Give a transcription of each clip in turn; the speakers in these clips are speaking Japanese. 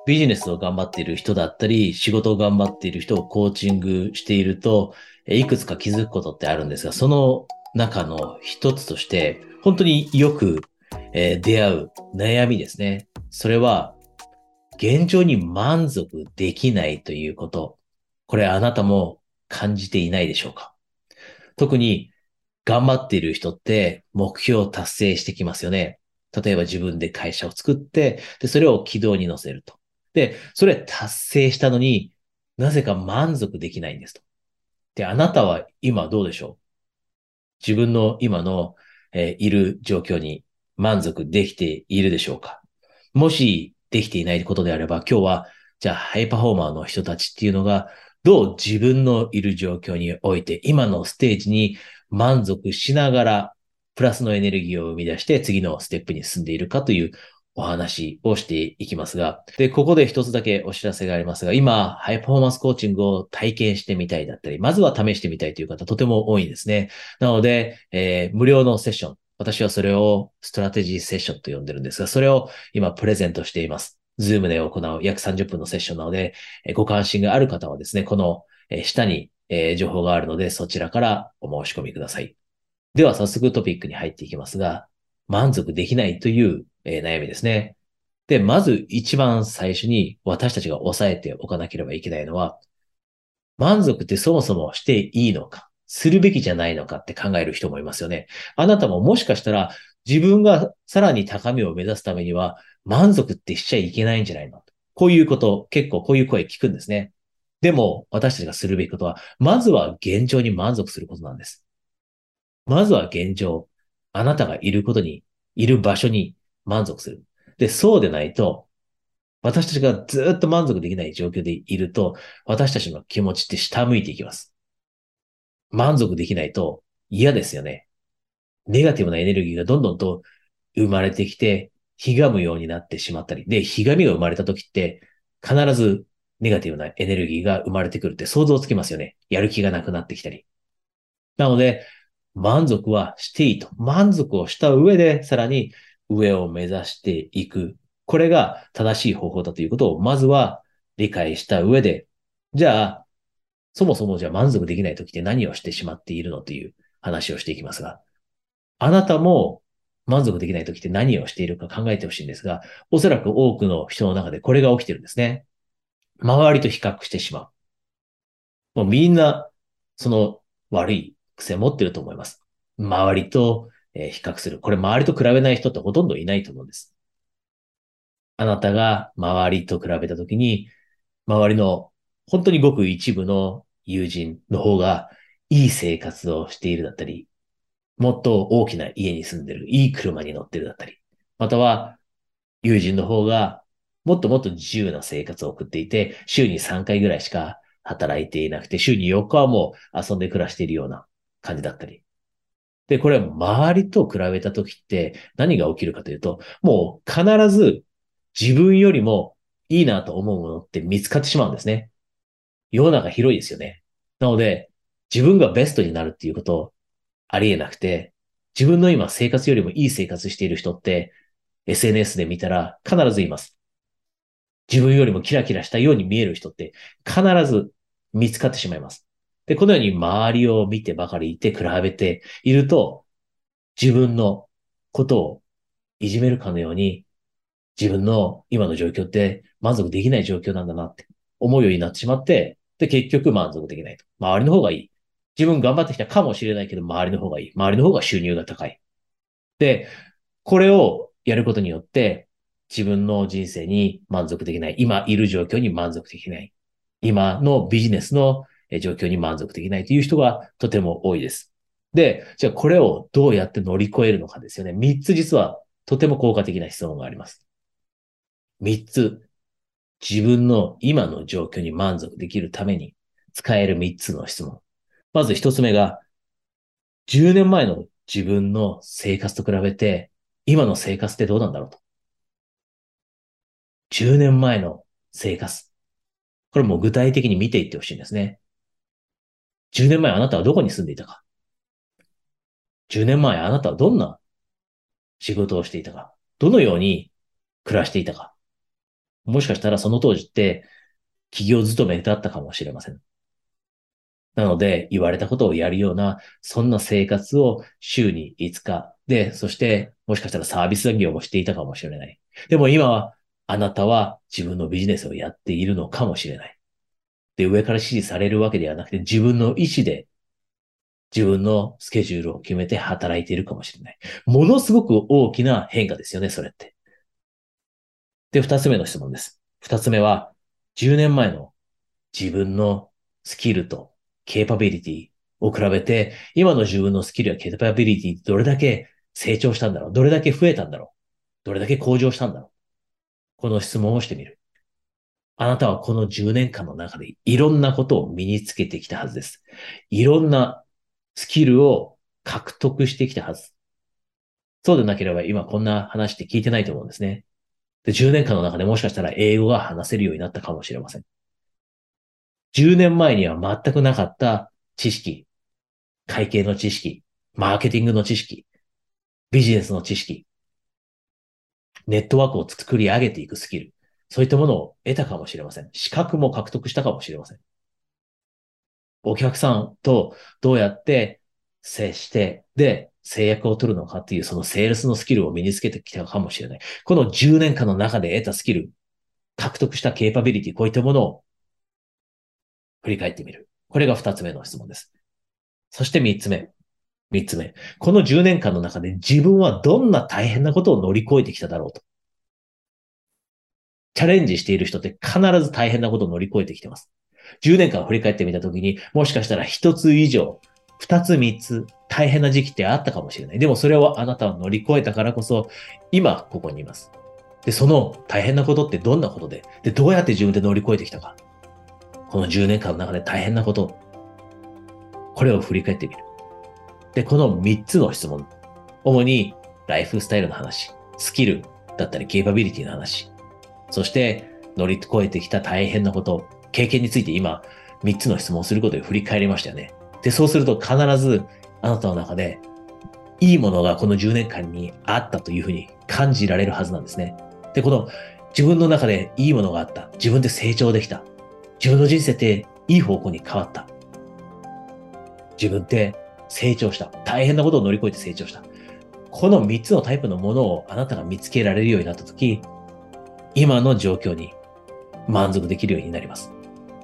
ビジネスを頑張っている人だったり、仕事を頑張っている人をコーチングしていると、いくつか気づくことってあるんですが、その中の一つとして、本当によく、出会う悩みですね。それは、現状に満足できないということ。これあなたも感じていないでしょうか？特に頑張っている人って目標を達成してきますよね。例えば自分で会社を作って、で、それを軌道に乗せると。で、それ達成したのになぜか満足できないんですと。で、あなたは今どうでしょう？自分の今の、いる状況に満足できているでしょうか？もしできていないことであれば、今日は、じゃあハイパフォーマーの人たちっていうのが、どう自分のいる状況において、今のステージに満足しながら、プラスのエネルギーを生み出して、次のステップに進んでいるかというお話をしていきますが、で、ここで一つだけお知らせがありますが、今、ハイパフォーマンスコーチングを体験してみたいだったり、まずは試してみたいという方、とても多いんですね。なので、無料のセッション、私はそれをストラテジーセッションと呼んでるんですが、それを今プレゼントしています。ズームで行う約30分のセッションなので、ご関心がある方はですね、この下に情報があるので、そちらからお申し込みください。では早速トピックに入っていきますが、満足できないという、悩みですね。で、まず一番最初に私たちが押さえておかなければいけないのは、満足ってそもそもしていいのか、するべきじゃないのかって考える人もいますよね。あなたももしかしたら自分がさらに高みを目指すためには満足ってしちゃいけないんじゃないの？こういうこと、結構こういう声聞くんですね。でも私たちがするべきことは、まずは現状に満足することなんです。まずは現状、あなたがいることに、いる場所に満足する。で、そうでないと、私たちがずっと満足できない状況でいると、私たちの気持ちって下向いていきます。満足できないと嫌ですよね。ネガティブなエネルギーがどんどんと生まれてきて、ひがむようになってしまったり。で、ひがみが生まれた時って、必ずネガティブなエネルギーが生まれてくるって想像つきますよね。やる気がなくなってきたり。なので、満足はしていいと。満足をした上で、さらに上を目指していく。これが正しい方法だということを、まずは理解した上で、じゃあ、そもそもじゃあ満足できない時って何をしてしまっているのという話をしていきますが、あなたも満足できない時って何をしているか考えてほしいんですが、おそらく多くの人の中でこれが起きてるんですね。周りと比較してしまう。もうみんな、その悪い癖を持ってると思います。周りと比較する。これ周りと比べない人ってほとんどいないと思うんです。あなたが周りと比べたときに、周りの本当にごく一部の友人の方がいい生活をしているだったり、もっと大きな家に住んでる、いい車に乗ってるだったり、または友人の方がもっともっと自由な生活を送っていて、週に3回ぐらいしか働いていなくて、週に4日はもう遊んで暮らしているような感じだったり。で、これは周りと比べたときって何が起きるかというと、もう必ず自分よりもいいなと思うものって見つかってしまうんですね。世の中広いですよね。なので、自分がベストになるっていうことありえなくて、自分の今生活よりもいい生活している人って SNS で見たら必ずいます。自分よりもキラキラしたように見える人って必ず見つかってしまいます。で、このように周りを見てばかりいて比べていると、自分のことをいじめるかのように、自分の今の状況って満足できない状況なんだなって思うようになってしまって、で、結局満足できないと。周りの方がいい。自分頑張ってきたかもしれないけど、周りの方がいい。周りの方が収入が高い。で、これをやることによって、自分の人生に満足できない。今いる状況に満足できない。今のビジネスの状況に満足できないという人がとても多いです。で、じゃあこれをどうやって乗り越えるのかですよね。3つ実はとても効果的な質問があります。3つ、自分の今の状況に満足できるために使える3つの質問。まず1つ目が、10年前の自分の生活と比べて、今の生活ってどうなんだろうと。10年前の生活。これも具体的に見ていってほしいんですね。10年前あなたはどこに住んでいたか。10年前あなたはどんな仕事をしていたか。どのように暮らしていたか。 もしかしたらその当時って企業勤めだったかもしれません。なので、言われたことをやるような、そんな生活を週に5日で、そして、もしかしたらサービス業もしていたかもしれない。でも今は、あなたは自分のビジネスをやっているのかもしれない。で、上から指示されるわけではなくて、自分の意思で自分のスケジュールを決めて働いているかもしれない。ものすごく大きな変化ですよね、それって。で、二つ目の質問です。二つ目は、10年前の自分のスキルとケーパビリティを比べて、今の自分のスキルやケーパビリティってどれだけ成長したんだろう、どれだけ増えたんだろう、どれだけ向上したんだろう。この質問をしてみる。あなたはこの10年間の中でいろんなことを身につけてきたはずです。いろんなスキルを獲得してきたはず。そうでなければ今こんな話って聞いてないと思うんですね。で、10年間の中でもしかしたら英語が話せるようになったかもしれません。10年前には全くなかった知識、会計の知識、マーケティングの知識、ビジネスの知識、ネットワークを作り上げていくスキル、そういったものを得たかもしれません。資格も獲得したかもしれません。お客さんとどうやって接して、で、制約を取るのかっていうそのセールスのスキルを身につけてきたかもしれない。この10年間の中で得たスキル、獲得したケーパビリティ、こういったものを振り返ってみる。これが2つ目の質問です。そして3つ目。3つ目。この10年間の中で自分はどんな大変なことを乗り越えてきただろうと。チャレンジしている人って必ず大変なことを乗り越えてきてます。10年間振り返ってみたときに、もしかしたら1つ以上、2つ3つ大変な時期ってあったかもしれない。でもそれをあなたは乗り越えたからこそ、今ここにいます。で、その大変なことってどんなことで、どうやって自分で乗り越えてきたか。この10年間の中で大変なこと、これを振り返ってみる。で、この3つの質問、主にライフスタイルの話、スキルだったりケーパビリティの話、そして乗り越えてきた大変なこと、経験について今3つの質問をすることで振り返りましたよね。で、そうすると必ずあなたの中でいいものがこの10年間にあったというふうに感じられるはずなんですね。で、この自分の中でいいものがあった。自分で成長できた。自分の人生っていい方向に変わった。自分って成長した。大変なことを乗り越えて成長した。この3つのタイプのものをあなたが見つけられるようになったとき、今の状況に満足できるようになります。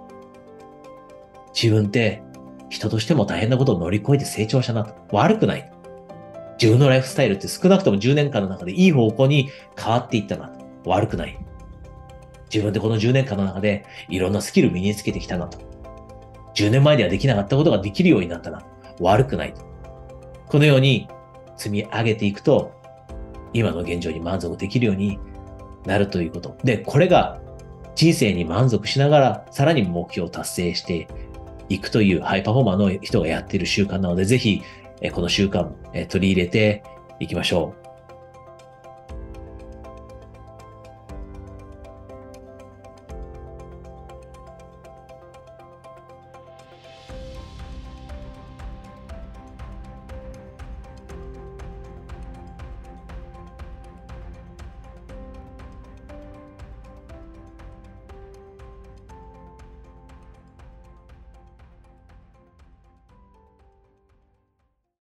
自分って人としても大変なことを乗り越えて成長したなと。悪くない。自分のライフスタイルって少なくとも10年間の中でいい方向に変わっていったなと。悪くない。自分でこの10年間の中でいろんなスキル身につけてきたなと。10年前ではできなかったことができるようになったな。悪くないと。このように積み上げていくと、今の現状に満足できるようになるということ。で、これが人生に満足しながら、さらに目標を達成していくというハイパフォーマーの人がやっている習慣なので、ぜひ、この習慣、取り入れていきましょう。